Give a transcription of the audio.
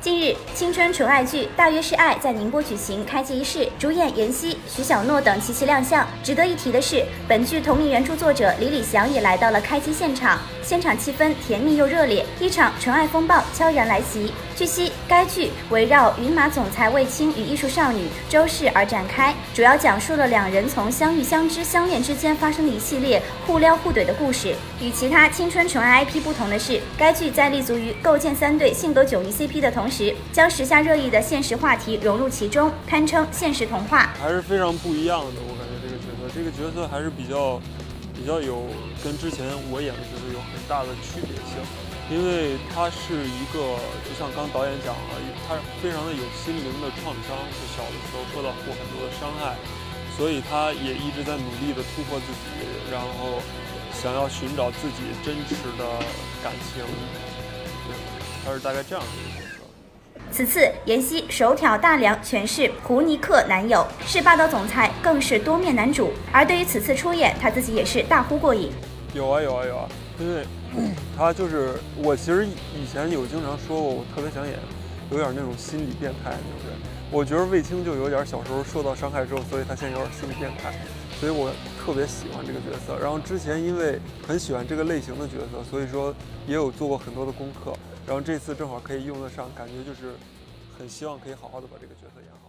近日，青春纯爱剧《大约是爱》在宁波举行开机仪式，主演妍希、徐小诺等齐齐亮相。值得一提的是，本剧同名原著作者李李祥也来到了开机现场，现场气氛甜蜜又热烈，一场纯爱风暴悄然来袭。据悉，该剧围绕云马总裁卫青与艺术少女周氏而展开，主要讲述了两人从相遇、相知、相恋之间发生的一系列互撩互怼的故事。与其他青春纯爱 IP 不同的是，该剧在立足于构建3对性格迥异 CP 的同时，将时下热议的现实话题融入其中，堪称现实童话。 还是非常不一样的，我感觉这个角色还是比较有跟之前我演的角色有很大的区别性，因为他是一个就像刚导演讲了，他非常的有心灵的创伤，就小的时候受到过很多的伤害，所以他也一直在努力的突破自己，然后想要寻找自己真实的感情，他是大概这样的一个角色。 此次妍希手挑大梁诠释胡尼克男友，是霸道总裁，更是多面男主。而对于此次出演，他自己也是大呼过瘾。 有啊，因为他就是我其实以前有经常说过，我特别想演有点那种心理变态，对不对？我觉得卫青就有点小时候受到伤害之后，所以他现在有点心理变态，所以我特别喜欢这个角色。然后之前因为很喜欢这个类型的角色，所以说也有做过很多的功课。然后这次正好可以用得上，感觉就是很希望可以好好的把这个角色演好。